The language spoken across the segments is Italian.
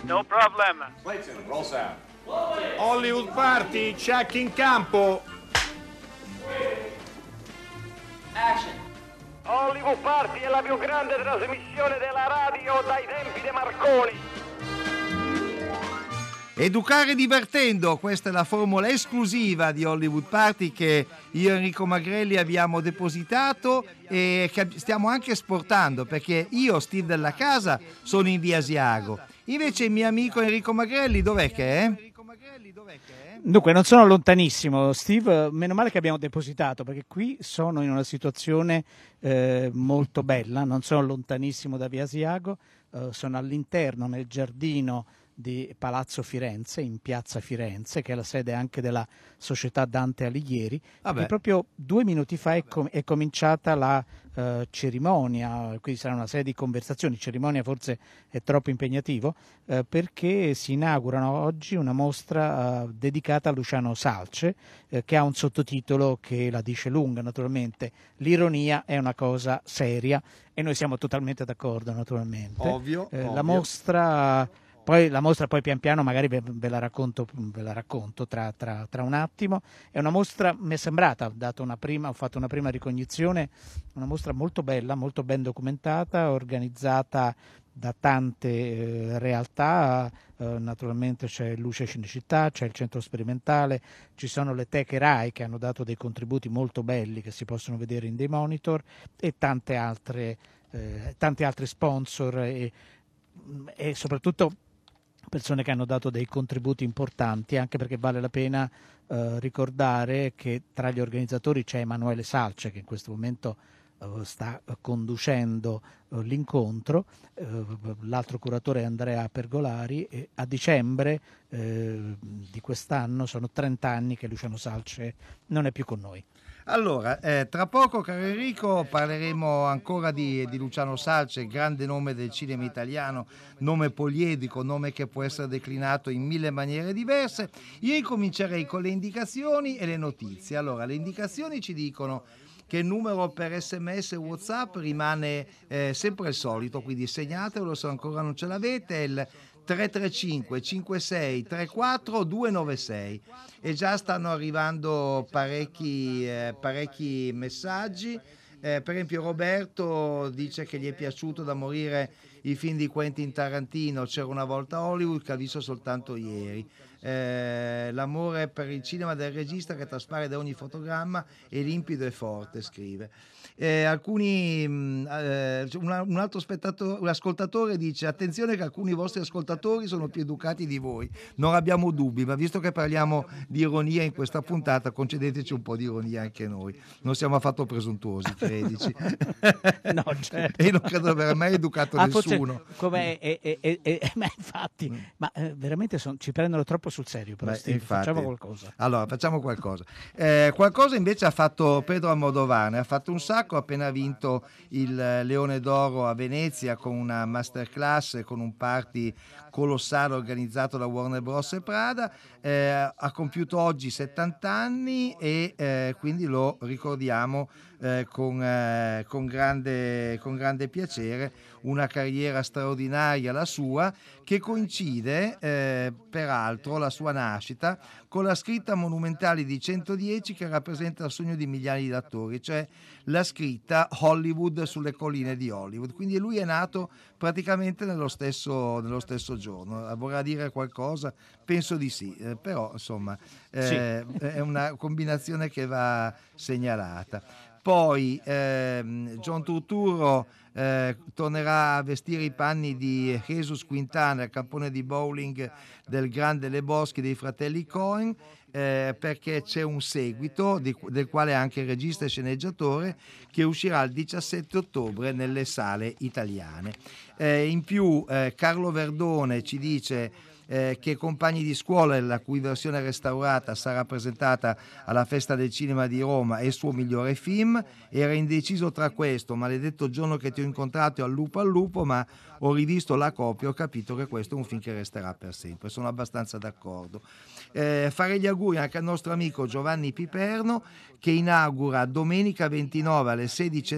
No problem. Clayton, roll sound. Hollywood Party, check in campo. Action. Hollywood Party è la più grande trasmissione della radio dai tempi di Marconi. Educare divertendo, questa è la formula esclusiva di Hollywood Party che io e Enrico Magrelli abbiamo depositato e che stiamo anche esportando, perché io, Steve Della Casa, sono in via Asiago. Invece il mio amico Enrico Magrelli dov'è che è? Dunque, non sono lontanissimo, Steve, meno male che abbiamo depositato, perché qui sono in una situazione molto bella, non sono lontanissimo da via Asiago, sono all'interno, nel giardino di Palazzo Firenze, in piazza Firenze, che è la sede anche della società Dante Alighieri, perché proprio 2 minuti fa è cominciata la cerimonia, quindi sarà una serie di conversazioni, cerimonia forse è troppo impegnativo, perché si inaugurano oggi una mostra dedicata a Luciano Salce, che ha un sottotitolo che la dice lunga naturalmente, l'ironia è una cosa seria, e noi siamo totalmente d'accordo naturalmente. Ovvio. La mostra poi pian piano magari ve la racconto tra un attimo. È una mostra, mi è sembrata, ho fatto una prima ricognizione, una mostra molto bella, molto ben documentata, organizzata da tante realtà, naturalmente c'è Luce Cinecittà, c'è il Centro Sperimentale, ci sono le teche RAI che hanno dato dei contributi molto belli che si possono vedere in dei monitor, e tanti altri sponsor e soprattutto persone che hanno dato dei contributi importanti, anche perché vale la pena ricordare che tra gli organizzatori c'è Emanuele Salce, che in questo momento sta conducendo l'incontro, l'altro curatore è Andrea Pergolari, e a dicembre di quest'anno sono 30 anni che Luciano Salce non è più con noi. Allora, tra poco, caro Enrico, parleremo ancora di Luciano Salce, grande nome del cinema italiano, nome poliedrico, nome che può essere declinato in 1000 maniere diverse. Io incomincerei con le indicazioni e le notizie. Allora, le indicazioni ci dicono che il numero per SMS e WhatsApp rimane sempre il solito, quindi segnatelo se ancora non ce l'avete, è il 335 56 34 296, e già stanno arrivando parecchi messaggi. Per esempio Roberto dice che gli è piaciuto da morire i film di Quentin Tarantino, C'era una volta Hollywood, che ha visto soltanto ieri. L'amore per il cinema del regista che traspare da ogni fotogramma è limpido e forte, scrive. Un altro ascoltatore dice: attenzione che alcuni vostri ascoltatori sono più educati di voi, non abbiamo dubbi, ma visto che parliamo di ironia in questa puntata, concedeteci un po' di ironia anche noi, non siamo affatto presuntuosi, credici. No, certo. E non credo di aver mai educato nessuno. Ma infatti, veramente ci prendono troppo sul serio, però Steve, facciamo qualcosa. Allora, facciamo qualcosa. Qualcosa invece ha fatto Pedro Almodovar, ne ha fatto un sacco, ha appena vinto il Leone d'Oro a Venezia con una masterclass, con un party colossale organizzato da Warner Bros. E Prada. Ha compiuto oggi 70 anni e quindi lo ricordiamo con grande piacere. Una carriera straordinaria la sua, che coincide peraltro, la sua nascita, con la scritta monumentale di 110 che rappresenta il sogno di migliaia di attori, cioè la scritta Hollywood sulle colline di Hollywood. Quindi lui è nato praticamente nello stesso giorno. Vorrà dire qualcosa? Penso di sì, però insomma Sì. È una combinazione che va segnalata. Poi John Turturro tornerà a vestire i panni di Jesus Quintana, il campone di bowling del grande Lebowski dei fratelli Coen, perché c'è un seguito del quale è anche il regista e sceneggiatore, che uscirà il 17 ottobre nelle sale italiane. In più Carlo Verdone ci dice che Compagni di scuola, la cui versione restaurata sarà presentata alla Festa del Cinema di Roma, è il suo migliore film. Era indeciso tra questo, Maledetto giorno che ti ho incontrato, e Al lupo, ma ho rivisto la copia e ho capito che questo è un film che resterà per sempre. Sono abbastanza d'accordo. Fare gli auguri anche al nostro amico Giovanni Piperno, che inaugura domenica 29 alle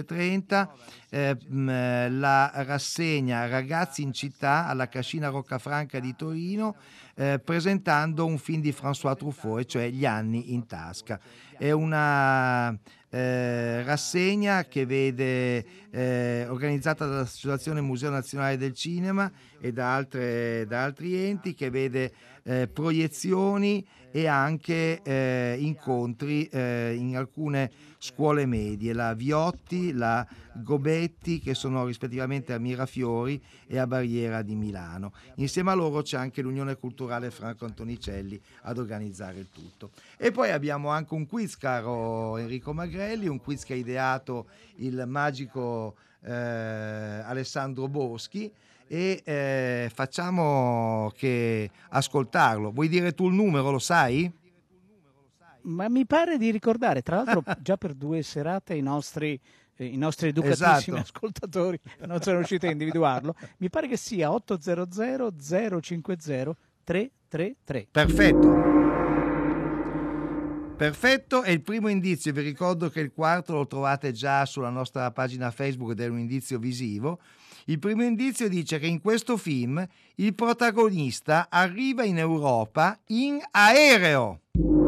16:30 la rassegna Ragazzi in città alla Cascina Roccafranca di Torino, presentando un film di François Truffaut, cioè Gli anni in tasca. È una rassegna che vede organizzata dall'Associazione Museo Nazionale del Cinema e da altri enti, che vede proiezioni e anche incontri in alcune scuole medie, la Viotti, la Gobetti, che sono rispettivamente a Mirafiori e a Barriera di Milano. Insieme a loro c'è anche l'Unione Culturale Franco Antonicelli ad organizzare il tutto. E poi abbiamo anche un quiz, caro Enrico Magrelli, un quiz che ha ideato il magico Alessandro Boschi, e facciamo che ascoltarlo. Vuoi dire tu il numero, lo sai? Ma mi pare di ricordare, tra l'altro già per 2 serate i nostri educatissimi ascoltatori non sono riusciti a individuarlo. Mi pare che sia 800 050 333. Perfetto, è il primo indizio. Vi ricordo che il quarto lo trovate già sulla nostra pagina Facebook ed è un indizio visivo. Il primo indizio dice che in questo film il protagonista arriva in Europa in aereo.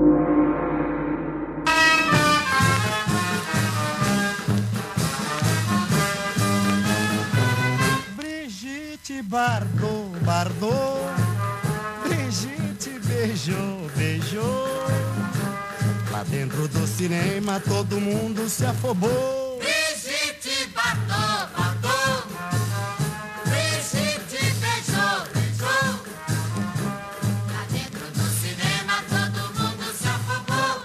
Brigitte Bardot, Brigitte beijou. Lá dentro do cinema todo mundo se afobou. Brigitte Bardot, Brigitte beijou. Lá dentro do cinema todo mundo se afobou.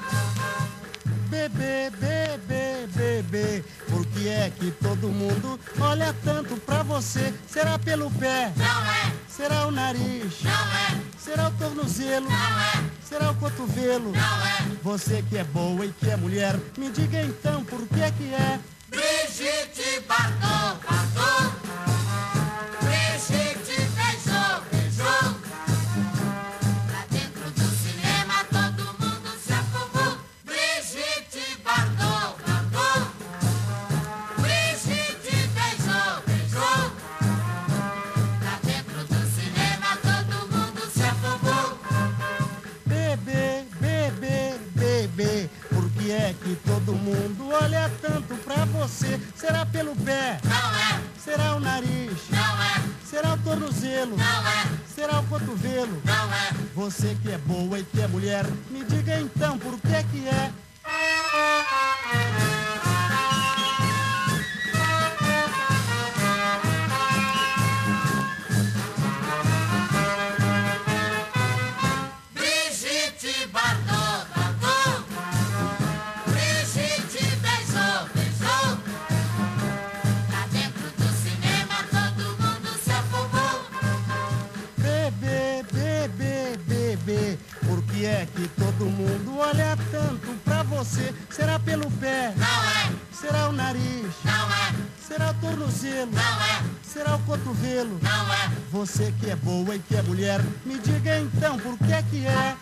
Bebê, por que é que todo mundo olha tanto pra você? Será pelo pé? Não é. Será o nariz? Não é. Será o tornozelo? Não é. Será o cotovelo? Não é. Você que é boa e que é mulher, me diga então por que é? Brigitte Bardot, Brigitte beijou. Lá dentro do cinema todo mundo se afogou. Brigitte Bardot, Brigitte beijou. Lá dentro do cinema todo mundo se afogou. Bebê, por que é que todo mundo olha tanto pra você? Será pelo pé? Não é. Será o nariz? Não é. Será o tornozelo? Não é. Será o cotovelo? Não é. Você que é boa e que é mulher, me diga então por que é? Brigitte Bardot, Brigitte beijou. Lá dentro do cinema todo mundo se afogou. Bebê, por que é que todo mundo olha tanto pra você? Será pelo pé? Não é. Será o nariz? Não é. Será o tornozelo? Não é. Será o cotovelo? Não é. Você que é boa e que é mulher, me diga então por que é?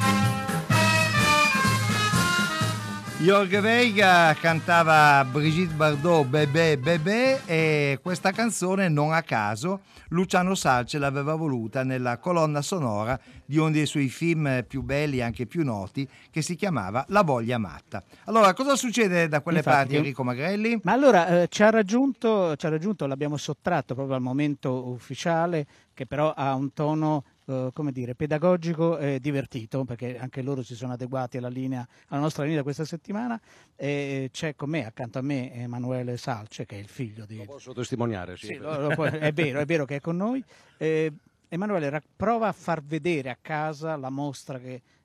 Jorge Veiga cantava Brigitte Bardot, Bebè, e questa canzone non a caso Luciano Salce l'aveva voluta nella colonna sonora di uno dei suoi film più belli e anche più noti, che si chiamava La voglia matta. Allora, cosa succede da quelle parti, Enrico Magrelli? Ma allora ci ha raggiunto, l'abbiamo sottratto proprio al momento ufficiale, che però ha un tono pedagogico e divertito, perché anche loro si sono adeguati alla nostra linea questa settimana. E c'è con me, accanto a me, Emanuele Salce, che è il figlio di... Lo posso testimoniare, sì. È vero che è con noi. Emanuele, prova a far vedere a casa la mostra che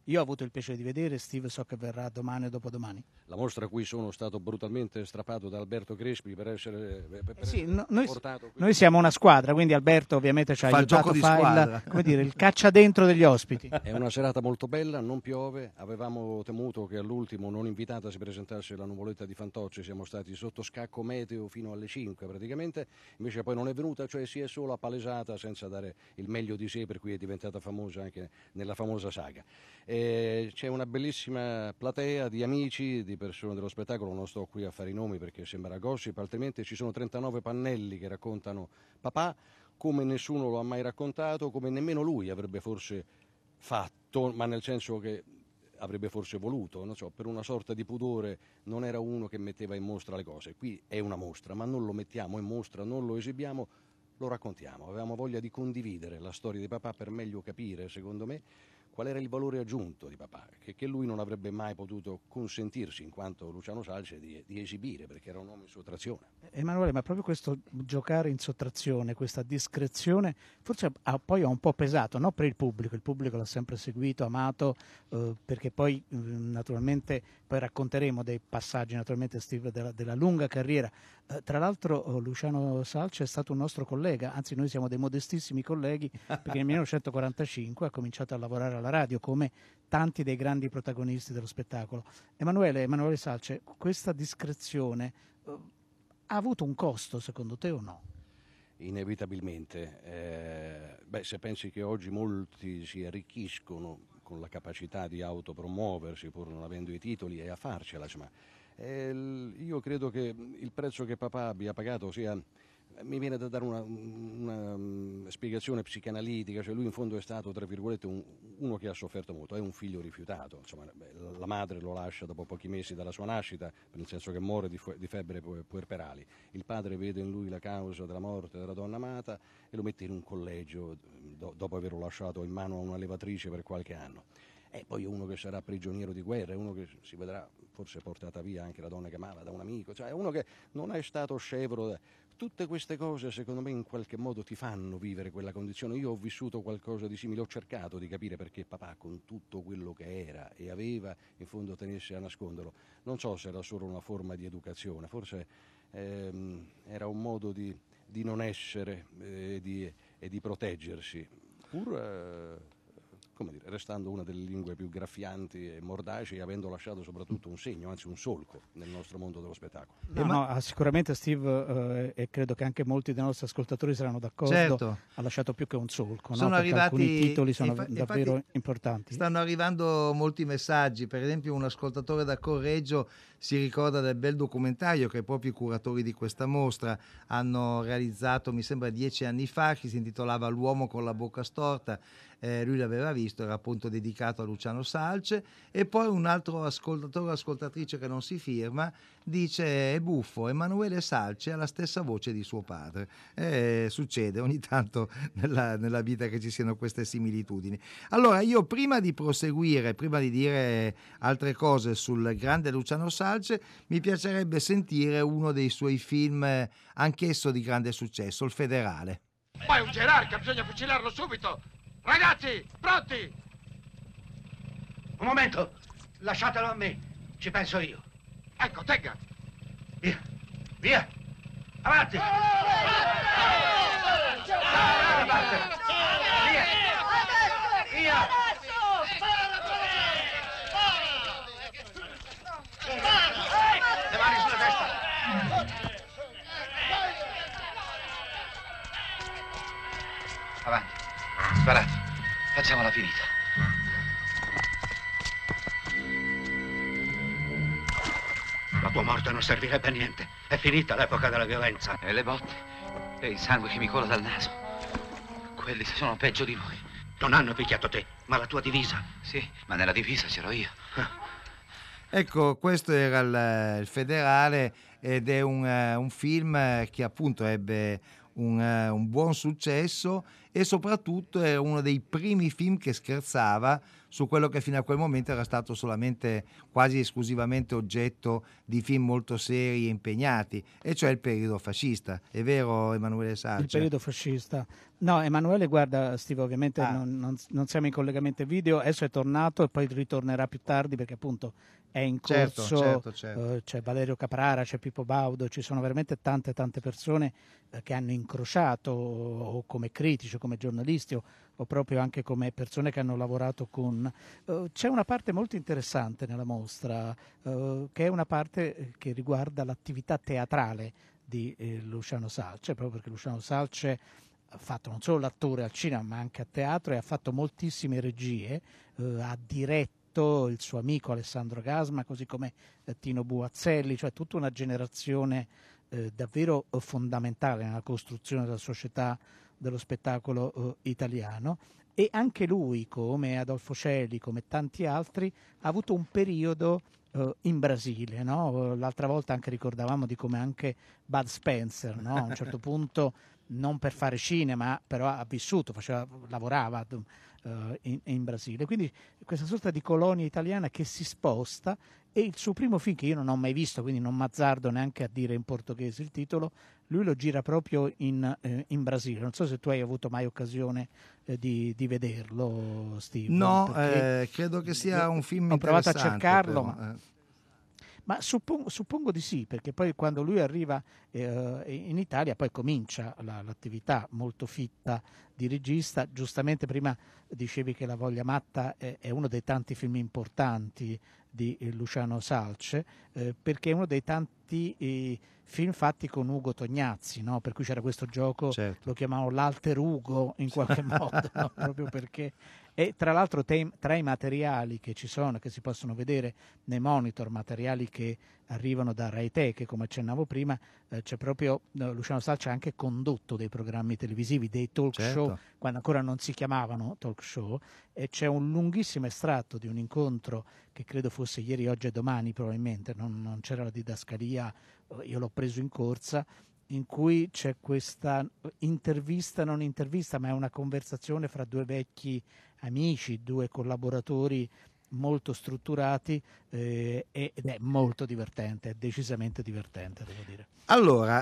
Io ho avuto il piacere di vedere, Steve so che verrà domani o dopodomani. La mostra a cui sono stato brutalmente strappato da Alberto Crespi per essere Sì, portato qui. noi siamo una squadra, quindi Alberto ovviamente ci ha Fa il aiutato, gioco di fa squadra. come dire, il caccia dentro degli ospiti. È una serata molto bella, non piove, avevamo temuto che all'ultimo non invitata si presentasse la nuvoletta di Fantocci, siamo stati sotto scacco meteo fino alle 5 praticamente, invece poi non è venuta, cioè si è solo appalesata senza dare il meglio di sé, per cui è diventata famosa anche nella famosa saga. C'è una bellissima platea di amici, di persone dello spettacolo, non sto qui a fare i nomi perché sembra gossip, altrimenti ci sono 39 pannelli che raccontano papà come nessuno lo ha mai raccontato, come nemmeno lui avrebbe forse fatto, ma nel senso che avrebbe forse voluto, non so, per una sorta di pudore non era uno che metteva in mostra le cose. Qui è una mostra, ma non lo mettiamo in mostra, non lo esibiamo, lo raccontiamo. Avevamo voglia di condividere la storia di papà per meglio capire, secondo me, qual era il valore aggiunto di papà, che lui non avrebbe mai potuto consentirsi, in quanto Luciano Salce, di esibire, perché era un uomo in sottrazione. Emanuele, ma proprio questo giocare in sottrazione, questa discrezione, forse poi ha un po' pesato, no? Per il pubblico l'ha sempre seguito, amato, perché poi naturalmente poi racconteremo dei passaggi naturalmente Steve della lunga carriera. Tra l'altro Luciano Salce è stato un nostro collega, anzi noi siamo dei modestissimi colleghi, perché nel 1945 ha cominciato a lavorare alla radio come tanti dei grandi protagonisti dello spettacolo. Emanuele Salce, questa discrezione ha avuto un costo secondo te o no? Inevitabilmente. Se pensi che oggi molti si arricchiscono con la capacità di autopromuoversi pur non avendo i titoli e a farcela, insomma, io credo che il prezzo che papà abbia pagato sia, mi viene da dare una spiegazione psicanalitica, cioè lui in fondo è stato, tra virgolette, uno che ha sofferto molto, è un figlio rifiutato, insomma, la madre lo lascia dopo pochi mesi dalla sua nascita, nel senso che muore di febbre puerperali, il padre vede in lui la causa della morte della donna amata e lo mette in un collegio dopo averlo lasciato in mano a una levatrice per qualche anno. E poi uno che sarà prigioniero di guerra, uno che si vedrà forse portata via anche la donna che amava da un amico, cioè uno che non è stato scevro. Tutte queste cose secondo me in qualche modo ti fanno vivere quella condizione. Io ho vissuto qualcosa di simile, ho cercato di capire perché papà con tutto quello che era e aveva in fondo tenesse a nasconderlo. Non so se era solo una forma di educazione, forse era un modo di non essere e di proteggersi, pur come dire, restando una delle lingue più graffianti e mordaci e avendo lasciato soprattutto un segno, anzi un solco nel nostro mondo dello spettacolo. No, sicuramente Steve, e credo che anche molti dei nostri ascoltatori saranno d'accordo, Certo. ha lasciato più che un solco, Sono no? Perché arrivati, alcuni titoli sono infatti, davvero importanti. Stanno arrivando molti messaggi, per esempio un ascoltatore da Correggio si ricorda del bel documentario che proprio i curatori di questa mostra hanno realizzato, mi sembra 10 anni fa, che si intitolava L'uomo con la bocca storta. Lui l'aveva visto, era appunto dedicato a Luciano Salce. E poi un altro ascoltatore o ascoltatrice che non si firma dice: è buffo, Emanuele Salce ha la stessa voce di suo padre. Succede ogni tanto nella vita che ci siano queste similitudini. Allora io prima di proseguire, prima di dire altre cose sul grande Luciano Salce, mi piacerebbe sentire uno dei suoi film anch'esso di grande successo, Il Federale. Ma è un gerarca, bisogna fucilarlo subito! Ragazzi, pronti? Un momento, lasciatelo a me, ci penso io. Ecco, tenga! Via, via, avanti! Via, via! Le mani sulla testa! Avanti, sparate, facciamola finita. La tua morte non servirebbe a niente. È finita l'epoca della violenza. E le botte? E il sangue che mi cola dal naso? Quelli sono peggio di noi. Non hanno picchiato te, ma la tua divisa. Sì, ma nella divisa c'ero io. Ecco, questo era il Federale ed è un film che appunto ebbe un buon successo e soprattutto è uno dei primi film che scherzava su quello che fino a quel momento era stato solamente quasi esclusivamente oggetto di film molto seri e impegnati, e cioè il periodo fascista. È vero, Emanuele Salce? Il periodo fascista. No, Emanuele, guarda, Steve, ovviamente non siamo in collegamento video, adesso è tornato e poi ritornerà più tardi perché appunto è in corso, certo. C'è Valerio Caprara, c'è Pippo Baudo, ci sono veramente tante persone che hanno incrociato o come critici o come giornalisti o proprio anche come persone che hanno lavorato con... c'è una parte molto interessante nella mostra, che è una parte che riguarda l'attività teatrale di Luciano Salce, proprio perché Luciano Salce ha fatto non solo l'attore al cinema ma anche a teatro e ha fatto moltissime regie, ha diretto il suo amico Alessandro Gasma, così come Tino Buazzelli, cioè tutta una generazione davvero fondamentale nella costruzione della società dello spettacolo italiano, e anche lui, come Adolfo Celi, come tanti altri, ha avuto un periodo in Brasile, no? L'altra volta anche ricordavamo di come anche Bud Spencer, no? A un certo punto, non per fare cinema, però ha vissuto, lavorava in Brasile, quindi questa sorta di colonia italiana che si sposta. E il suo primo film, che io non ho mai visto, quindi non m'azzardo neanche a dire in portoghese il titolo, lui lo gira proprio in Brasile. Non so se tu hai avuto mai occasione di vederlo, Steve. No, credo che sia un film interessante. Ho provato a cercarlo, però, ma suppongo di sì, perché poi quando lui arriva in Italia poi comincia l'attività molto fitta di regista. Giustamente prima dicevi che La voglia matta è uno dei tanti film importanti di Luciano Salce, perché è uno dei tanti film fatti con Ugo Tognazzi, no? Per cui c'era questo gioco, lo chiamavano l'alter Ugo in qualche modo, no? Proprio perché... E tra l'altro tra i materiali che ci sono, che si possono vedere nei monitor, materiali che arrivano da Rai Te, che come accennavo prima, c'è proprio Luciano Salce ha anche condotto dei programmi televisivi, dei talk show, quando ancora non si chiamavano talk show, e c'è un lunghissimo estratto di un incontro che credo fosse ieri, oggi e domani probabilmente, non c'era la didascalia, io l'ho preso in corsa, in cui c'è questa intervista, non intervista, ma è una conversazione fra due vecchi amici, due collaboratori molto strutturati, ed è molto divertente, è decisamente divertente, devo dire. Allora,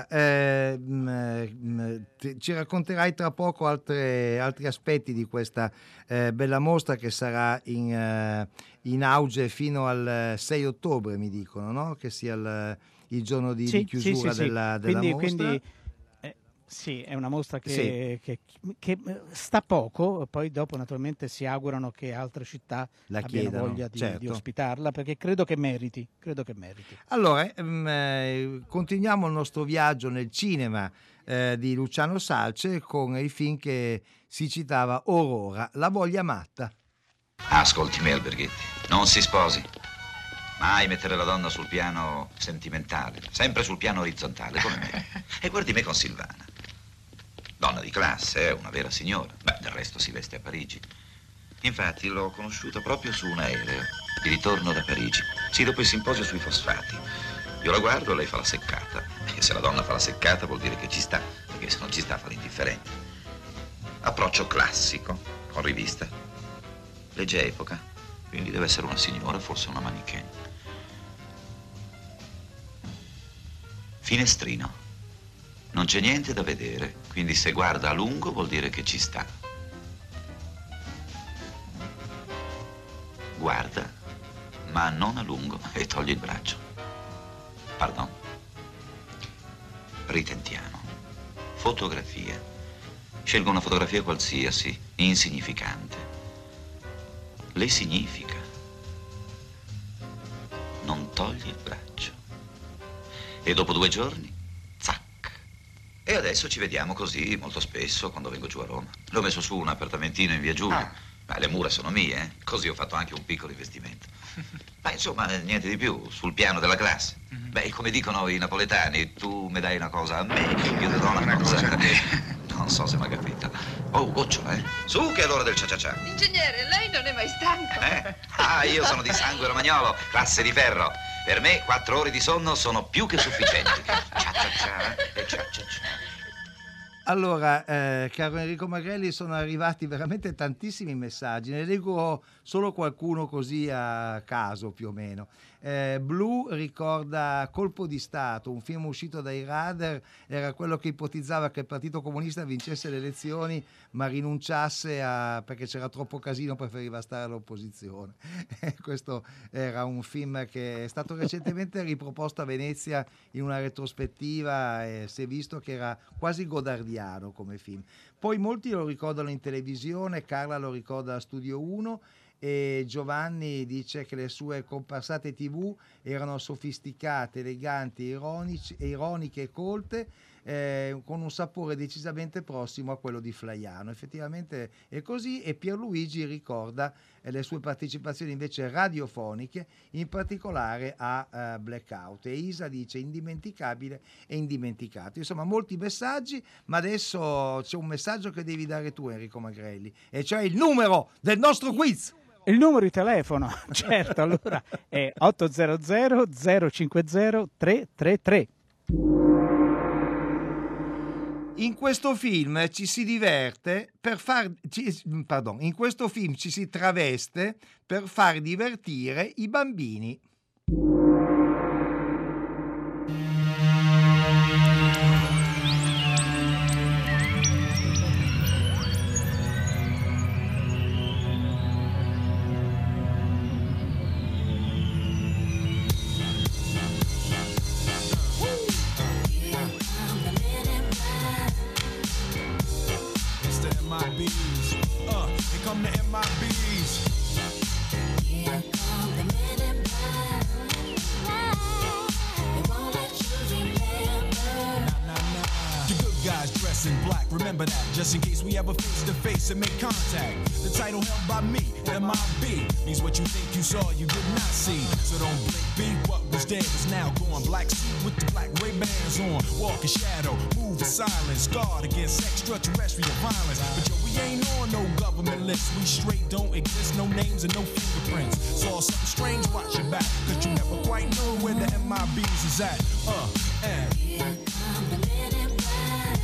ci racconterai tra poco altri aspetti di questa bella mostra che sarà in auge fino al 6 ottobre, mi dicono, no? Che sia il giorno di chiusura della mostra. Quindi sì, è una mostra che sta poco, poi dopo naturalmente si augurano che altre città abbiano voglia di ospitarla, perché credo che meriti. Allora, continuiamo il nostro viaggio nel cinema di Luciano Salce con il film che si citava Aurora, La voglia matta. Ascolti me, Alberghetti, non si sposi. Mai mettere la donna sul piano sentimentale, sempre sul piano orizzontale, come me. E guardi me con Silvana. Donna di classe, una vera signora. Beh, del resto si veste a Parigi. Infatti l'ho conosciuta proprio su un aereo, di ritorno da Parigi. Sì, dopo il simposio sui fosfati. Io la guardo e lei fa la seccata. E se la donna fa la seccata vuol dire che ci sta, perché se non ci sta fa l'indifferente. Approccio classico, con rivista. Legge epoca, quindi deve essere una signora, forse una mannequin. Finestrino. Non c'è niente da vedere, quindi se guarda a lungo vuol dire che ci sta. Guarda, ma non a lungo, e toglie il braccio. Pardon. Ritentiamo. Fotografia. Scelgo una fotografia qualsiasi, insignificante. Le significa. Non toglie il braccio. E dopo 2 giorni, zac. E adesso ci vediamo così molto spesso quando vengo giù a Roma. L'ho messo su un appartamentino in via Giulia. Ma le mura sono mie, eh? Così ho fatto anche un piccolo investimento. Ma insomma, niente di più, sul piano della classe. Beh, come dicono i napoletani, tu mi dai una cosa a me, io ti do una cosa a te. Non so se mi ha capito. Oh, gocciola, eh? Su, che è l'ora del cia-cia-cia. Ingegnere, lei non è mai stanco. Ah, io sono di sangue romagnolo, classe di ferro. Per me 4 ore di sonno sono più che sufficienti. Cia-cia-cia e cia-cia-cia. Allora, caro Enrico Magrelli, sono arrivati veramente tantissimi messaggi, ne leggo solo qualcuno così a caso più o meno. Blu ricorda Colpo di Stato, un film uscito dai Radar, era quello che ipotizzava che il Partito Comunista vincesse le elezioni ma rinunciasse perché c'era troppo casino, preferiva stare all'opposizione. Questo era un film che è stato recentemente riproposto a Venezia in una retrospettiva e si è visto che era quasi godardiano come film. Poi molti lo ricordano in televisione, Carla lo ricorda a Studio 1 e Giovanni dice che le sue comparsate TV erano sofisticate, eleganti, ironiche e colte, con un sapore decisamente prossimo a quello di Flaiano. Effettivamente è così, e Pierluigi ricorda le sue partecipazioni invece radiofoniche, in particolare a Blackout, e Isa dice indimenticabile e indimenticato. Insomma, molti messaggi, ma adesso c'è un messaggio che devi dare tu, Enrico Magrelli, e cioè il numero del nostro quiz. Il numero di telefono, certo, allora è 800 050 333. In questo film ci si diverte in questo film ci si traveste per far divertire i bambini. Remember that, just in case we ever face to face and make contact. The title held by me, MIB, means what you think you saw, you did not see. So don't blink, be what was dead is now gone. Black suit with the black Ray-Bans on. Walk in shadow, move in silence, guard against extraterrestrial violence. But yo, we ain't on no government list. We straight don't exist, no names and no fingerprints. Saw something strange, watch your back, cause you never quite know where the MIBs is at. And here come the men in black.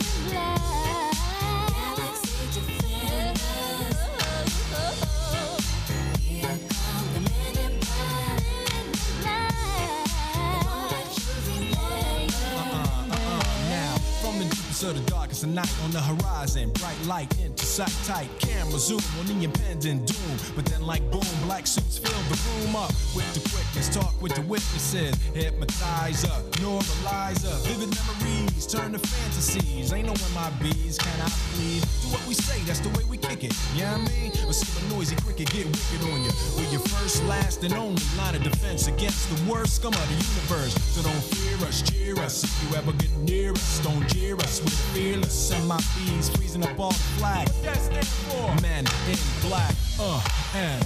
So the darkest of night on the horizon, bright light into sight tight, camera zoom on the impending doom. But then like boom, black suits fill the room up with the quickness, talk with the witnesses, hypnotizer, normalizer, vivid memories turn to fantasies. Ain't no MIBs, can I please? Do what we say, that's the way we kick it. Yeah, you know what I mean? Or see a noisy cricket get wicked on you. We're your first, last, and only line of defense against the worst scum of the universe. So don't fear us, cheer us. If you ever get near us, don't jeer us. We're fearless, MIBs freezing up all the flag. What that stand for? Men in black, and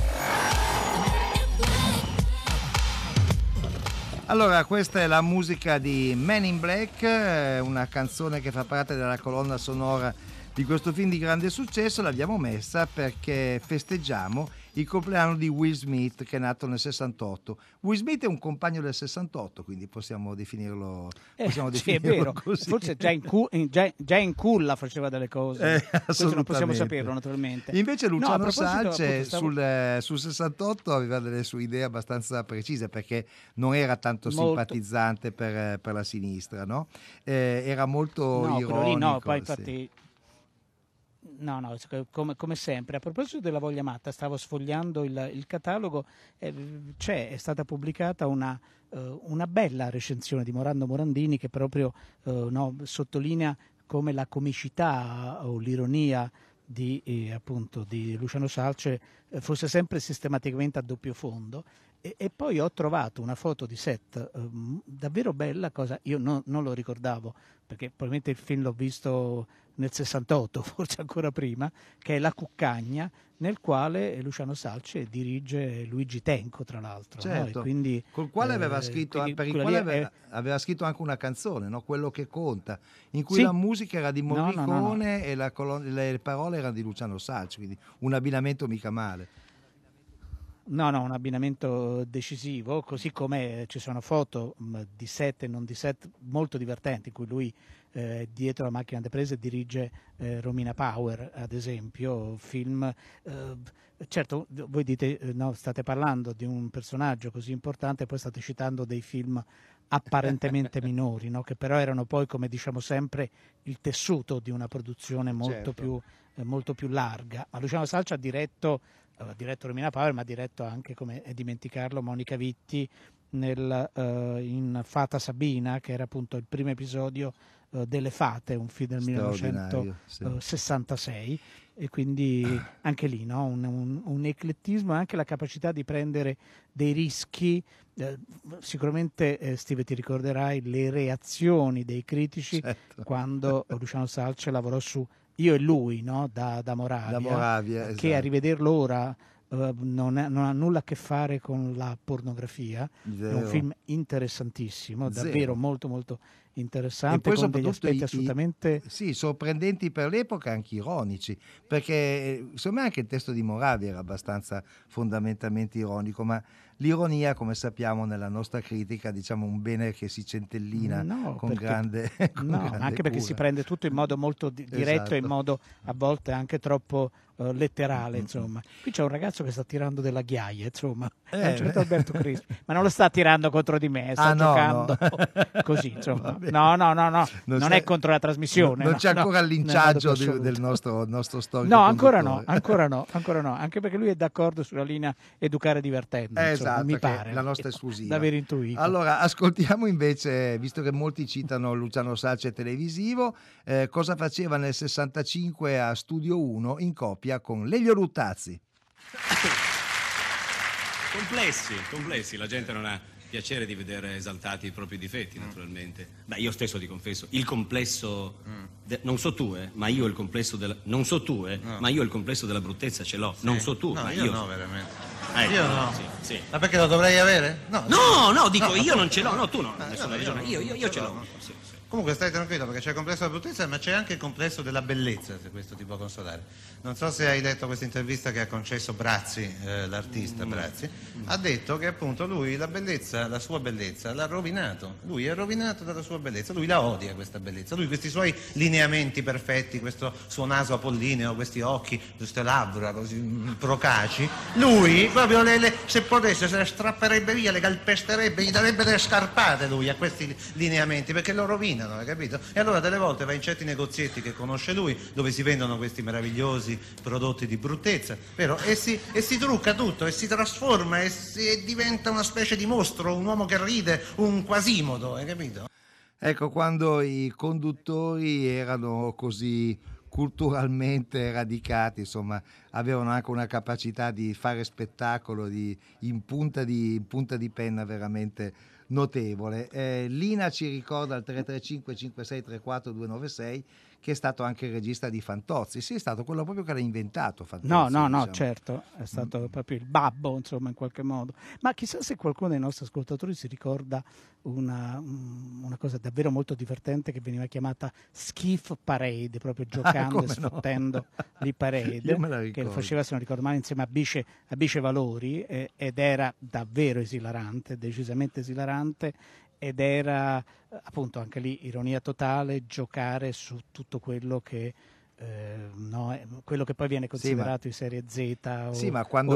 Allora, questa è la musica di Men in Black, una canzone che fa parte della colonna sonora di questo film di grande successo. L'abbiamo messa perché festeggiamo il compleanno di Will Smith, che è nato nel 68. Will Smith è un compagno del 68, quindi possiamo definirlo, sì, è vero. così. Forse già in culla faceva delle cose, questo non possiamo saperlo naturalmente. Invece Luciano Salce appunto, sul 68 aveva delle sue idee abbastanza precise, perché non era tanto simpatizzante per la sinistra, no? Era molto ironico. Lì no, poi infatti... No, come sempre. A proposito della Voglia Matta, stavo sfogliando il catalogo, è stata pubblicata una bella recensione di Morando Morandini che proprio sottolinea come la comicità o l'ironia di Luciano Salce fosse sempre sistematicamente a doppio fondo. E poi ho trovato una foto di set davvero bella, cosa io non lo ricordavo, perché probabilmente il film l'ho visto nel 68, forse ancora prima, che è La Cuccagna, nel quale Luciano Salce dirige Luigi Tenco, tra l'altro. Certo, no? E quindi, col quale aveva scritto, per il quale aveva scritto anche una canzone, no? Quello che conta, in cui la musica era di Morricone e le parole erano di Luciano Salce, quindi un abbinamento mica male. No, un abbinamento decisivo, così come ci sono foto di set e non di set molto divertenti, in cui lui dietro la macchina da presa dirige Romina Power, ad esempio, film. Certo, voi dite, no, state parlando di un personaggio così importante e poi state citando dei film apparentemente minori, no? Che però erano poi, come diciamo sempre, il tessuto di una produzione molto più larga. Ma Luciano Salce ha diretto Romina Power, ma ha diretto anche, come dimenticarlo, Monica Vitti in Fata Sabina, che era appunto il primo episodio delle Fate, un film del 1966, e quindi anche lì, no? un eclettismo e anche la capacità di prendere dei rischi. Sicuramente Steve ti ricorderai le reazioni dei critici quando Luciano Salce lavorò su Io e lui, no? da Moravia, che esatto. a rivederlo ora non ha nulla a che fare con la pornografia. È un film interessantissimo, davvero molto molto interessante, e poi con degli aspetti assolutamente sorprendenti per l'epoca, anche ironici, perché secondo me anche il testo di Moravia era abbastanza fondamentalmente ironico, ma l'ironia, come sappiamo nella nostra critica, diciamo un bene che si centellina con grande anche perché cura. si prende tutto in modo molto diretto e in modo a volte anche troppo letterale, insomma. Qui c'è un ragazzo che sta tirando della ghiaia, insomma, è un certo Alberto Crispi, ma non lo sta tirando contro di me, sta giocando così, insomma. No, non è contro la trasmissione. Non c'è ancora il linciaggio del nostro storico. No, ancora no, anche perché lui è d'accordo sulla linea educare divertendo, insomma, mi pare. La nostra esclusiva. D'aver intuito. Allora, ascoltiamo invece, visto che molti citano Luciano Salce televisivo, cosa faceva nel 65 a Studio 1 in coppia con Lelio Luttazzi. Complessi, la gente non ha piacere di vedere esaltati i propri difetti, naturalmente. Beh, io stesso ti confesso, il complesso non so tu, ma io il complesso della non so tu, ma io il complesso della bruttezza ce l'ho. Sì. Non so tu, ma io no, veramente. Io no. Sì. Ma perché lo dovrei avere? No, dico io non ce l'ho, no, tu no, nessuna ragione. Io ce l'ho. Sì. Comunque stai tranquillo, perché c'è il complesso della bruttezza, ma c'è anche il complesso della bellezza, se questo ti può consolare. Non so se hai letto questa intervista che ha concesso Brazzi, l'artista Brazzi, ha detto che appunto lui la sua bellezza l'ha rovinato. Lui è rovinato dalla sua bellezza, lui la odia questa bellezza, lui questi suoi lineamenti perfetti, questo suo naso apollineo, questi occhi, queste labbra così procaci, lui proprio se potesse se le strapperebbe via, le calpesterebbe, gli darebbe delle scarpate lui a questi lineamenti, perché lo rovina. Hai capito? E allora delle volte va in certi negozietti che conosce lui, dove si vendono questi meravigliosi prodotti di bruttezza, vero? E si trucca tutto e si trasforma e diventa una specie di mostro, un uomo che ride, un Quasimodo, hai capito? Ecco, quando i conduttori erano così culturalmente radicati, insomma, avevano anche una capacità di fare spettacolo in punta di penna veramente notevole. Lina ci ricorda al 335 5634 296 che è stato anche il regista di Fantozzi. Sì, è stato quello proprio che l'ha inventato Fantozzi. No, diciamo. certo, è stato proprio il babbo, insomma, in qualche modo. Ma chissà se qualcuno dei nostri ascoltatori si ricorda una cosa davvero molto divertente che veniva chiamata Skiff Parade, proprio giocando e sfottendo di Parade, che lo faceva, se non ricordo male, insieme a Bice Valori, ed era davvero esilarante, decisamente esilarante, ed era appunto anche lì ironia totale, giocare su tutto quello che quello che poi viene considerato in serie Z ma quando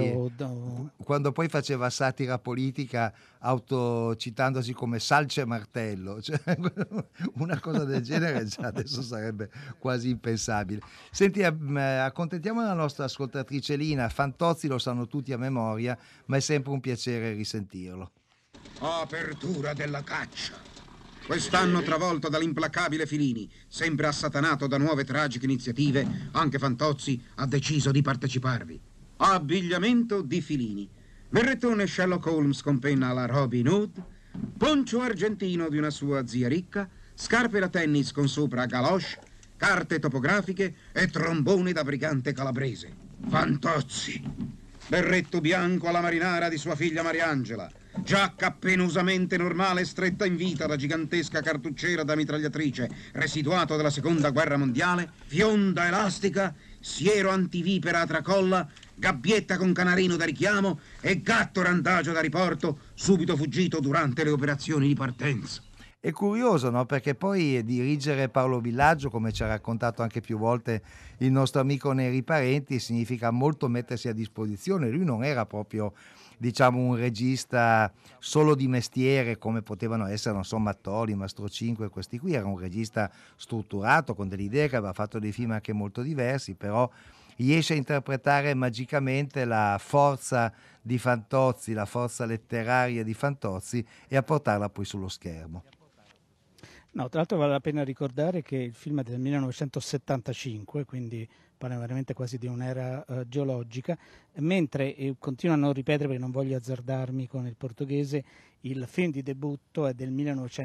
quando poi faceva satira politica autocitandosi come Salce Martello, cioè, una cosa del genere già adesso sarebbe quasi impensabile. Senti, accontentiamo la nostra ascoltatrice Lina. Fantozzi lo sanno tutti a memoria, ma è sempre un piacere risentirlo. Apertura della caccia. Quest'anno, travolto dall'implacabile Filini, sempre assatanato da nuove tragiche iniziative, anche Fantozzi ha deciso di parteciparvi. Abbigliamento di Filini. Berrettone Sherlock Holmes con penna alla Robin Hood, poncio argentino di una sua zia ricca, scarpe da tennis con sopra galoche, carte topografiche e trombone da brigante calabrese. Fantozzi. Berretto bianco alla marinara di sua figlia Mariangela, giacca penosamente normale stretta in vita da gigantesca cartucciera da mitragliatrice, residuato della seconda guerra mondiale, fionda elastica, siero antivipera a tracolla, gabbietta con canarino da richiamo e gatto randagio da riporto, subito fuggito durante le operazioni di partenza. È curioso, no? Perché poi dirigere Paolo Villaggio, come ci ha raccontato anche più volte il nostro amico Neri Parenti, significa molto mettersi a disposizione. Lui non era proprio, diciamo, un regista solo di mestiere come potevano essere, non so, Mattoli, Mastro 5, questi qui. Era un regista strutturato, con delle idee, che aveva fatto dei film anche molto diversi, però riesce a interpretare magicamente la forza di Fantozzi, la forza letteraria di Fantozzi, e a portarla poi sullo schermo. No, tra l'altro vale la pena ricordare che il film è del 1975, quindi parliamo veramente quasi di un'era geologica, mentre continuo a non ripetere perché non voglio azzardarmi con il portoghese, il film di debutto è del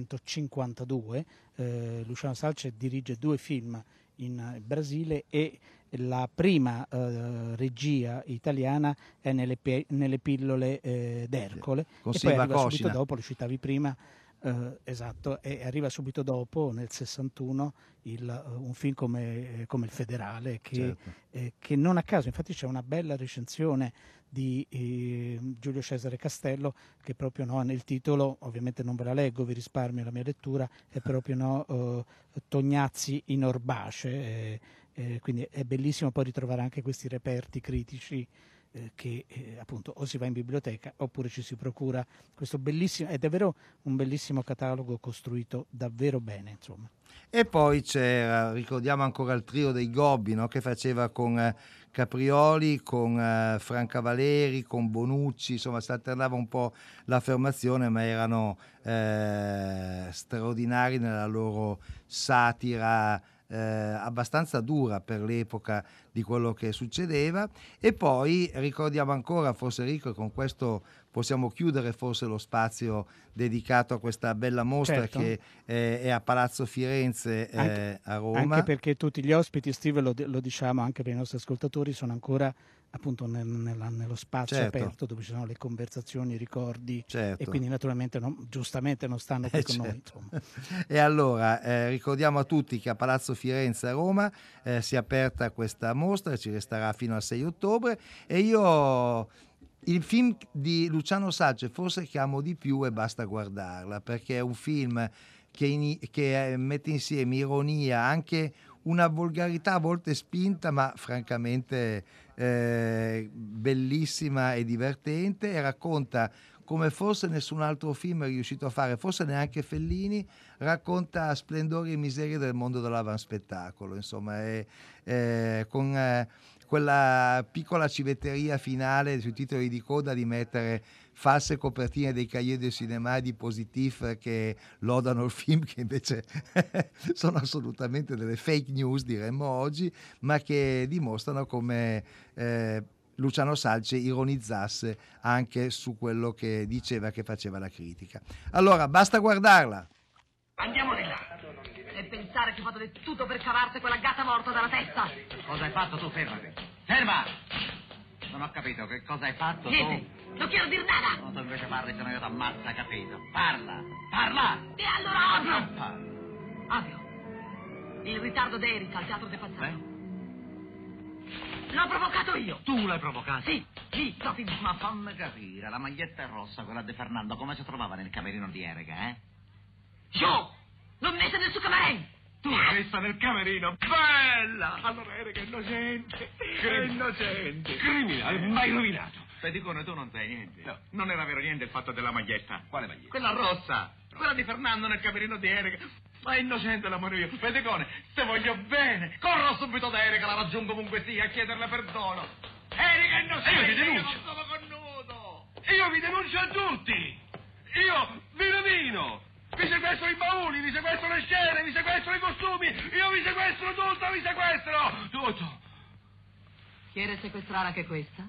1952, Luciano Salce dirige 2 film in Brasile e la prima regia italiana è nelle pillole d'Ercole, Con e poi Silva arriva Coscina. subito dopo, lo citavi prima, esatto, e arriva subito dopo, nel 61, un film come Il Federale, che non a caso, infatti c'è una bella recensione di Giulio Cesare Castello che proprio nel titolo, ovviamente non ve la leggo, vi risparmio la mia lettura, è proprio Tognazzi in Orbace, quindi è bellissimo poi ritrovare anche questi reperti critici che appunto o si va in biblioteca oppure ci si procura questo bellissimo, è davvero un bellissimo catalogo costruito davvero bene, insomma. E poi c'era, ricordiamo ancora il trio dei Gobbi, no? Che faceva con Caprioli, con Franca Valeri, con Bonucci, insomma si alternava un po' l'affermazione, ma erano straordinari nella loro satira, abbastanza dura per l'epoca di quello che succedeva. E poi ricordiamo ancora, forse Enrico, e con questo possiamo chiudere forse lo spazio dedicato a questa bella mostra, certo, che è a Palazzo Firenze, a Roma. Anche perché tutti gli ospiti, Steve, lo diciamo anche per i nostri ascoltatori, sono ancora appunto nello spazio, certo, aperto, dove ci sono le conversazioni, i ricordi, certo, e quindi naturalmente giustamente non stanno qui con noi, insomma. E allora ricordiamo a tutti che a Palazzo Firenze a Roma si è aperta questa mostra, ci resterà fino al 6 ottobre, e io il film di Luciano Salce forse che amo di più è Basta guardarla, perché è un film che mette insieme ironia, anche una volgarità a volte spinta, ma francamente bellissima e divertente, e racconta come forse nessun altro film è riuscito a fare, forse neanche Fellini, racconta splendori e miserie del mondo dell'avanspettacolo, insomma, con quella piccola civetteria finale sui titoli di coda di mettere false copertine dei Cahiers du Cinéma di Positif che lodano il film, che invece sono assolutamente delle fake news, diremmo oggi, ma che dimostrano come Luciano Salce ironizzasse anche su quello che diceva, che faceva la critica. Allora, basta guardarla. Andiamo di là. E pensare che ho fatto di tutto per cavarti quella gatta morta dalla testa. Cosa hai fatto tu? Fermati. Ferma! Non ho capito, che cosa hai fatto Niente, tu? non quiero dir nada. No, tu invece parli, se no io ti ammazzo, hai capito? Parla! Parla! E allora ovvio. Non parla. Ovvio. Il ritardo di Erika al teatro del passato. L'ho provocato io. Tu l'hai provocato? Sì, proprio. Ma fammi capire, la maglietta è rossa, quella di Fernando, come si trovava nel camerino di Erika, Io! L'ho messa nel suo camerino! Tu l'hai messa nel camerino? Bella! Allora Erika è innocente! Innocente! Criminale, mai rovinato! Pedicone, tu non sai niente. No. Non era vero niente il fatto della maglietta. Quale maglietta? Quella rossa! Quella di Fernando nel camerino di Erika. Ma è innocente l'amore mio. Pedicone, se voglio bene, corro subito da Erika, la raggiungo comunque sia, a chiederle perdono. Erika è innocente! Io ti denuncio! Io non sono connudo! Io vi denuncio a tutti! Io vi rovino! Vi sequestro i bauli, vi sequestro le scene, vi sequestro i costumi, io vi sequestro tutto, vi sequestro tutto. Chiede sequestrare anche questa?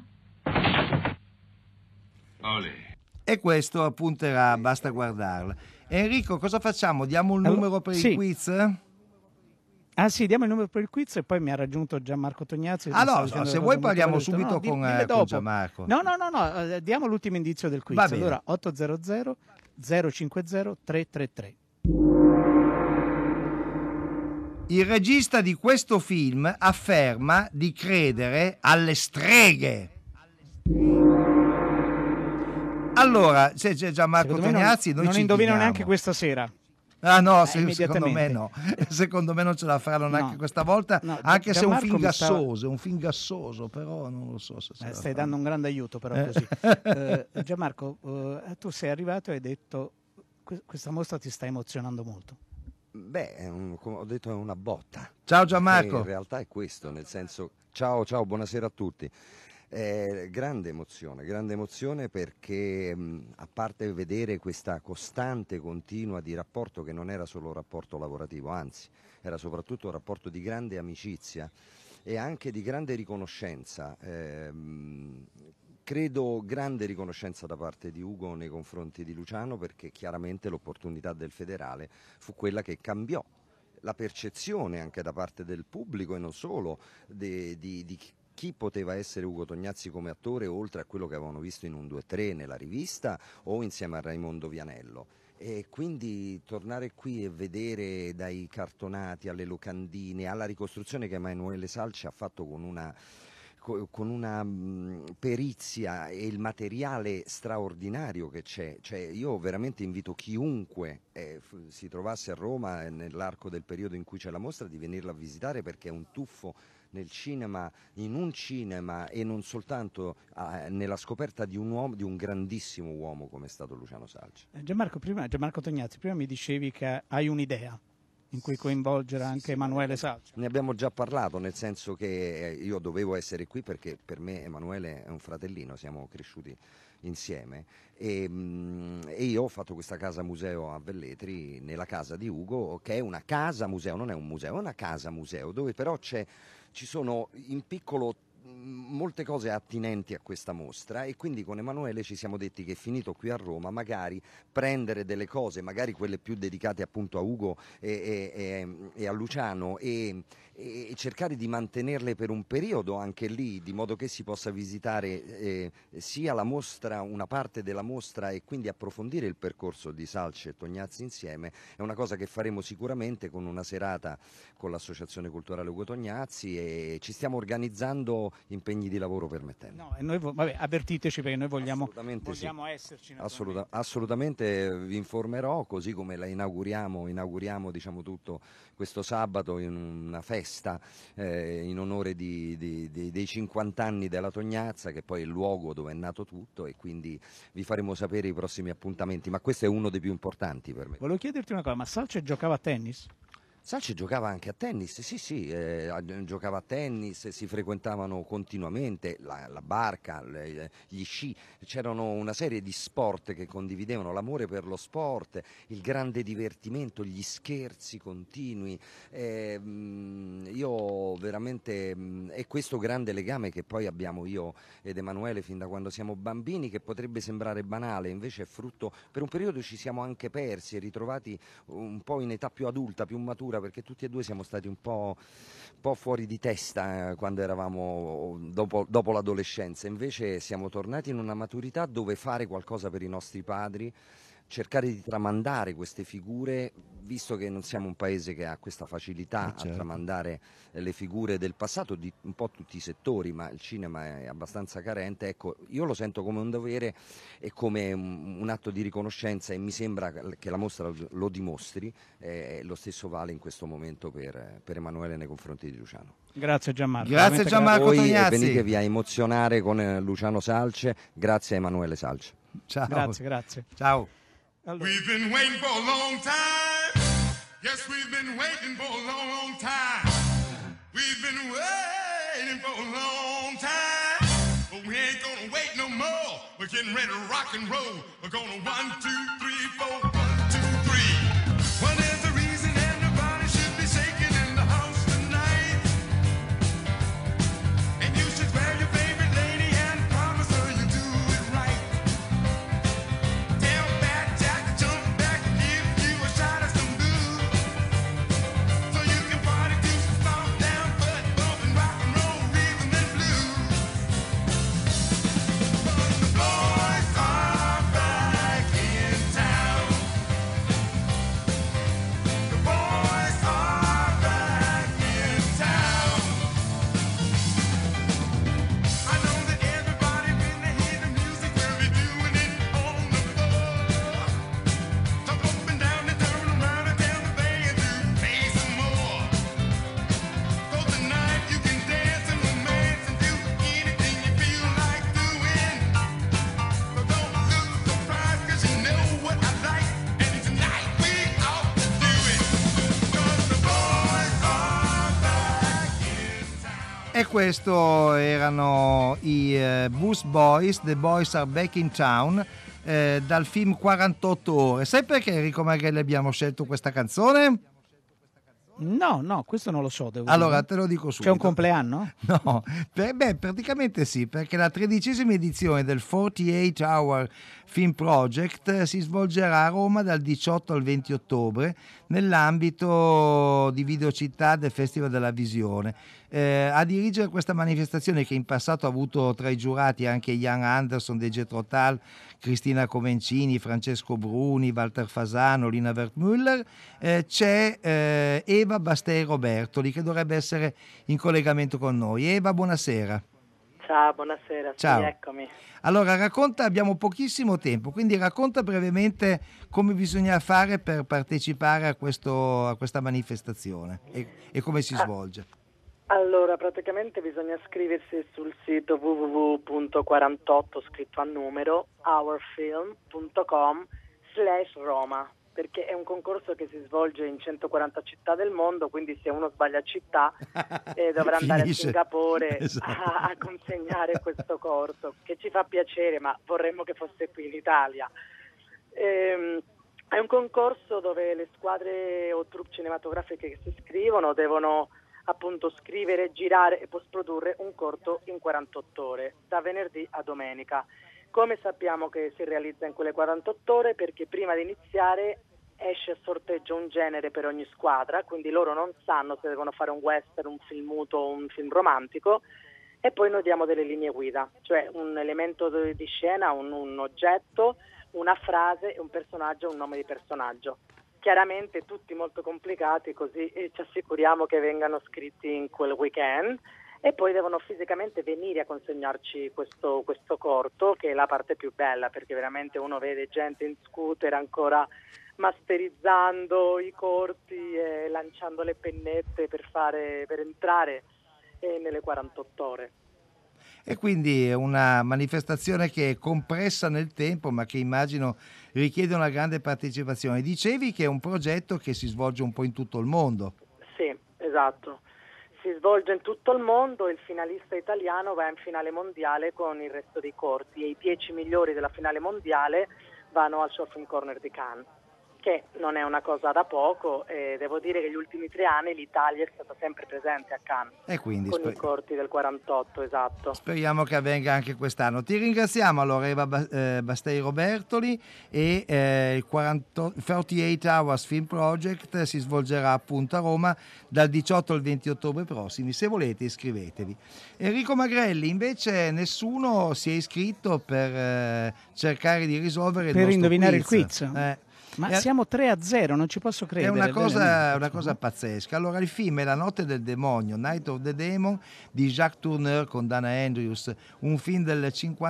Olè. E questo appunto era Basta guardarla. Enrico, cosa facciamo? Diamo un numero per il quiz? Ah sì, diamo il numero per il quiz, e poi mi ha raggiunto Gianmarco Tognazzi. Se vuoi parliamo subito con Gianmarco. No, diamo l'ultimo indizio del quiz. Allora, 800 050 333. Il regista di questo film afferma di credere alle streghe. Allora, c'è Gianmarco Secondo me Tognazzi, noi non ci indovino indigniamo. neanche questa sera. Ah no, secondo immediatamente. me no. Secondo me non ce la faranno neanche No. questa volta, No, anche se è un Gianmarco film mi stava- gassoso, è un film gassoso, però non lo so se ce la Stai faranno. dando un grande aiuto però così. Gianmarco, tu sei arrivato e hai detto questa mostra ti sta emozionando molto. Beh, come ho detto, è una botta. Ciao Gianmarco. In realtà è questo, nel senso, ciao, buonasera a tutti. Grande emozione perché a parte vedere questa costante continua di rapporto che non era solo un rapporto lavorativo, anzi era soprattutto un rapporto di grande amicizia e anche di grande riconoscenza, credo grande riconoscenza da parte di Ugo nei confronti di Luciano, perché chiaramente l'opportunità del federale fu quella che cambiò la percezione anche da parte del pubblico e non solo di chi poteva essere Ugo Tognazzi come attore, oltre a quello che avevano visto in un 2-3 nella rivista o insieme a Raimondo Vianello. E quindi tornare qui e vedere dai cartonati alle locandine, alla ricostruzione che Emanuele Salce ha fatto con una perizia e il materiale straordinario che c'è. Cioè, io veramente invito chiunque si trovasse a Roma nell'arco del periodo in cui c'è la mostra di venirla a visitare, perché è un tuffo nel cinema, in un cinema, e non soltanto nella scoperta di un uomo, di un grandissimo uomo come è stato Luciano Salce. Gianmarco Tognazzi, prima mi dicevi che hai un'idea in cui coinvolgere anche Emanuele Salce. Ne abbiamo già parlato, nel senso che io dovevo essere qui perché per me Emanuele è un fratellino, siamo cresciuti insieme e io ho fatto questa casa museo a Velletri, nella casa di Ugo, che è una casa museo, non è un museo, è una casa museo, dove però ci sono in piccolo molte cose attinenti a questa mostra, e quindi con Emanuele ci siamo detti che finito qui a Roma magari prendere delle cose, magari quelle più dedicate appunto a Ugo e a Luciano, e cercare di mantenerle per un periodo anche lì, di modo che si possa visitare sia la mostra, una parte della mostra, e quindi approfondire il percorso di Salce e Tognazzi insieme. È una cosa che faremo sicuramente con una serata con l'Associazione Culturale Ugo Tognazzi, e ci stiamo organizzando impegni di lavoro permettendo. No, e noi avvertiteci, perché noi vogliamo esserci. Assolutamente vi informerò, così come la inauguriamo diciamo tutto questo sabato in una festa in onore dei 50 anni della Tognazza, che poi è il luogo dove è nato tutto, e quindi vi faremo sapere i prossimi appuntamenti, ma questo è uno dei più importanti per me. Volevo chiederti una cosa, ma Salce giocava a tennis? Salce giocava anche a tennis, sì, giocava a tennis, si frequentavano continuamente la barca, gli sci, c'erano una serie di sport che condividevano, l'amore per lo sport, il grande divertimento, gli scherzi continui. Io veramente, è questo grande legame che poi abbiamo io ed Emanuele fin da quando siamo bambini, che potrebbe sembrare banale, invece è frutto, per un periodo ci siamo anche persi e ritrovati un po' in età più adulta, più matura, perché tutti e due siamo stati un po' fuori di testa quando eravamo dopo l'adolescenza. Invece siamo tornati in una maturità dove fare qualcosa per i nostri padri, cercare di tramandare queste figure, visto che non siamo un paese che ha questa facilità a tramandare le figure del passato di un po' tutti i settori, ma il cinema è abbastanza carente. Ecco, io lo sento come un dovere e come un atto di riconoscenza, e mi sembra che la mostra lo dimostri. Lo stesso vale in questo momento per Emanuele nei confronti di Luciano. Grazie Gianmarco. Grazie Gianmarco Tognazzi. Venitevi a emozionare con Luciano Salce, grazie a Emanuele Salce. Ciao. Grazie. Ciao. We've been waiting for a long time. Yes, we've been waiting for a long, long time. We've been waiting for a long time. But we ain't gonna wait no more. We're getting ready to rock and roll. We're gonna 1, 2, 3, 4, 1, 2, 3. Well, there's a reason everybody should be shaking in the house tonight. And you should grab your favorite lady and promise her you do it right. Tell Fat Jack to jump back and give you a shot of some booze, so you can party to some soft down foot bumping rock and roll rhythm and blues. But the boys are back in town. questo erano i Bus Boys, The Boys Are Back in Town, dal film 48 ore. Sai perché Enrico Maghelli abbiamo scelto questa canzone? No, questo non lo so. Allora te lo dico subito. C'è un compleanno? No, praticamente sì, perché la 13ª edizione del 48 Hour Film Project si svolgerà a Roma dal 18 al 20 ottobre nell'ambito di Videocittà del Festival della Visione. A dirigere questa manifestazione, che in passato ha avuto tra i giurati anche Ian Anderson dei Jethro Tull, Cristina Comencini, Francesco Bruni, Walter Fasano, Lina Wertmüller, c'è Eva Bastei Robertoli, che dovrebbe essere in collegamento con noi. Eva, buonasera. Ciao, buonasera. Ciao. Sì, eccomi. Allora, abbiamo pochissimo tempo, quindi racconta brevemente come bisogna fare per partecipare a questa manifestazione e come si svolge. Allora, praticamente bisogna iscriversi sul sito www.48, scritto a numero, hourfilm.com/Roma, perché è un concorso che si svolge in 140 città del mondo, quindi se uno sbaglia città dovrà andare a Singapore a consegnare questo corso, che ci fa piacere, ma vorremmo che fosse qui in Italia. È un concorso dove le squadre o troupe cinematografiche che si iscrivono devono appunto scrivere, girare e post-produrre un corto in 48 ore, da venerdì a domenica. Come sappiamo che si realizza in quelle 48 ore? Perché prima di iniziare esce a sorteggio un genere per ogni squadra, quindi loro non sanno se devono fare un western, un film muto o un film romantico, e poi noi diamo delle linee guida, cioè un elemento di scena, un oggetto, una frase, un personaggio, un nome di personaggio. Chiaramente tutti molto complicati, così ci assicuriamo che vengano scritti in quel weekend, e poi devono fisicamente venire a consegnarci questo corto, che è la parte più bella, perché veramente uno vede gente in scooter ancora masterizzando i corti e lanciando le pennette per entrare nelle 48 ore. E quindi è una manifestazione che è compressa nel tempo, ma che immagino richiede una grande partecipazione. Dicevi che è un progetto che si svolge un po' in tutto il mondo. Sì, esatto. Si svolge in tutto il mondo, il finalista italiano va in finale mondiale con il resto dei corti e i 10 migliori della finale mondiale vanno al Show Film Corner di Cannes, che non è una cosa da poco, e devo dire che gli ultimi 3 anni l'Italia è stata sempre presente a Cannes, e quindi con i corti del 48, esatto. Speriamo che avvenga anche quest'anno. Ti ringraziamo allora Eva Bastei Robertoli, e il 48 Hours Film Project si svolgerà appunto a Roma dal 18 al 20 ottobre prossimi. Se volete iscrivetevi. Enrico Magrelli, invece nessuno si è iscritto per cercare di risolvere per indovinare quiz. Il quiz. Ma siamo 3-0, non ci posso credere. È una cosa pazzesca. Allora, il film è La notte del demonio, Night of the Demon, di Jacques Tourneur con Dana Andrews, un film del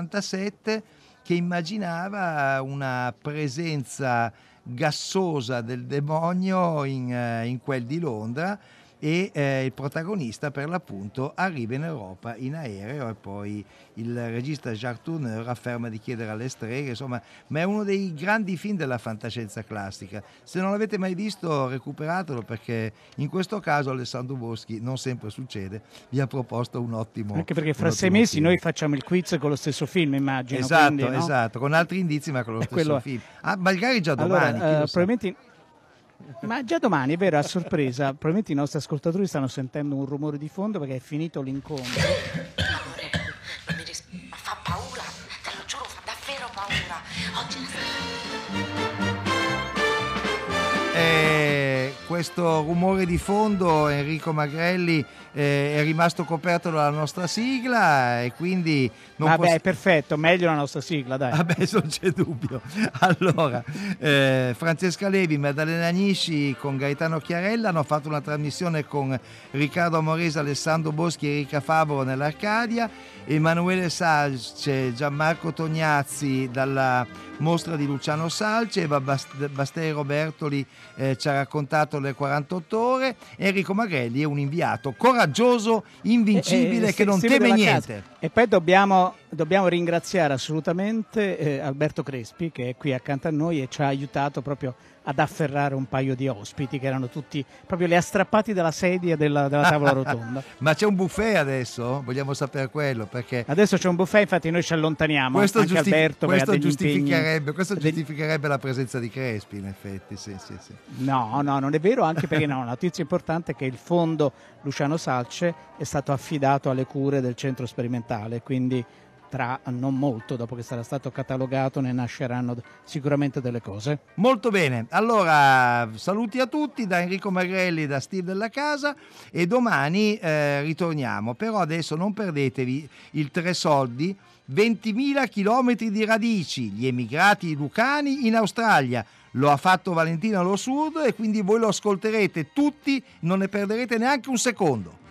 57 che immaginava una presenza gassosa del demonio in quel di Londra, e il protagonista per l'appunto arriva in Europa in aereo, e poi il regista Jacques Tourneur afferma di chiedere alle streghe, insomma, ma è uno dei grandi film della fantascienza classica. Se non l'avete mai visto, recuperatelo, perché in questo caso Alessandro Boschi, non sempre succede, vi ha proposto un ottimo, anche perché fra 6 mesi film. Noi facciamo il quiz con lo stesso film, immagino. Esatto, quindi, no? Esatto, con altri indizi, ma con lo stesso film. Magari già domani. Allora, probabilmente. Ma già domani, è vero, a sorpresa, probabilmente i nostri ascoltatori stanno sentendo un rumore di fondo perché è finito l'incontro. Ma fa paura, te lo giuro, fa davvero paura. Oggi questo rumore di fondo, Enrico Magrelli, è rimasto coperto dalla nostra sigla, e quindi è perfetto, meglio la nostra sigla, dai. Vabbè, non c'è dubbio. Allora, Francesca Levi, Maddalena Agnisci con Gaetano Chiarella hanno fatto una trasmissione con Riccardo Amorese, Alessandro Boschi e Erika Favoro nell'Arcadia, Emanuele Salce, Gianmarco Tognazzi dalla mostra di Luciano Salce, Eva Bastei Robertoli ci ha raccontato le 48 ore, Enrico Magrelli è un inviato coraggioso, invincibile, che non teme niente. E poi dobbiamo ringraziare assolutamente Alberto Crespi, che è qui accanto a noi e ci ha aiutato proprio ad afferrare un paio di ospiti che erano tutti, proprio li ha strappati dalla sedia della tavola rotonda. Ma c'è un buffet adesso? Vogliamo sapere quello, perché adesso c'è un buffet, infatti noi ci allontaniamo. Questo, anche Alberto, questo giustificherebbe la presenza di Crespi, in effetti. Sì. No, non è vero, anche perché la notizia importante è che il fondo Luciano Salce è stato affidato alle cure del centro sperimentale, quindi tra non molto, dopo che sarà stato catalogato, ne nasceranno sicuramente delle cose. Molto bene, allora saluti a tutti da Enrico Magrelli, da Steve Della Casa, e domani ritorniamo. Però adesso non perdetevi il Tre Soldi, 20.000 chilometri di radici, gli emigrati lucani in Australia. Lo ha fatto Valentino Lo Surdo e quindi voi lo ascolterete tutti, non ne perderete neanche un secondo.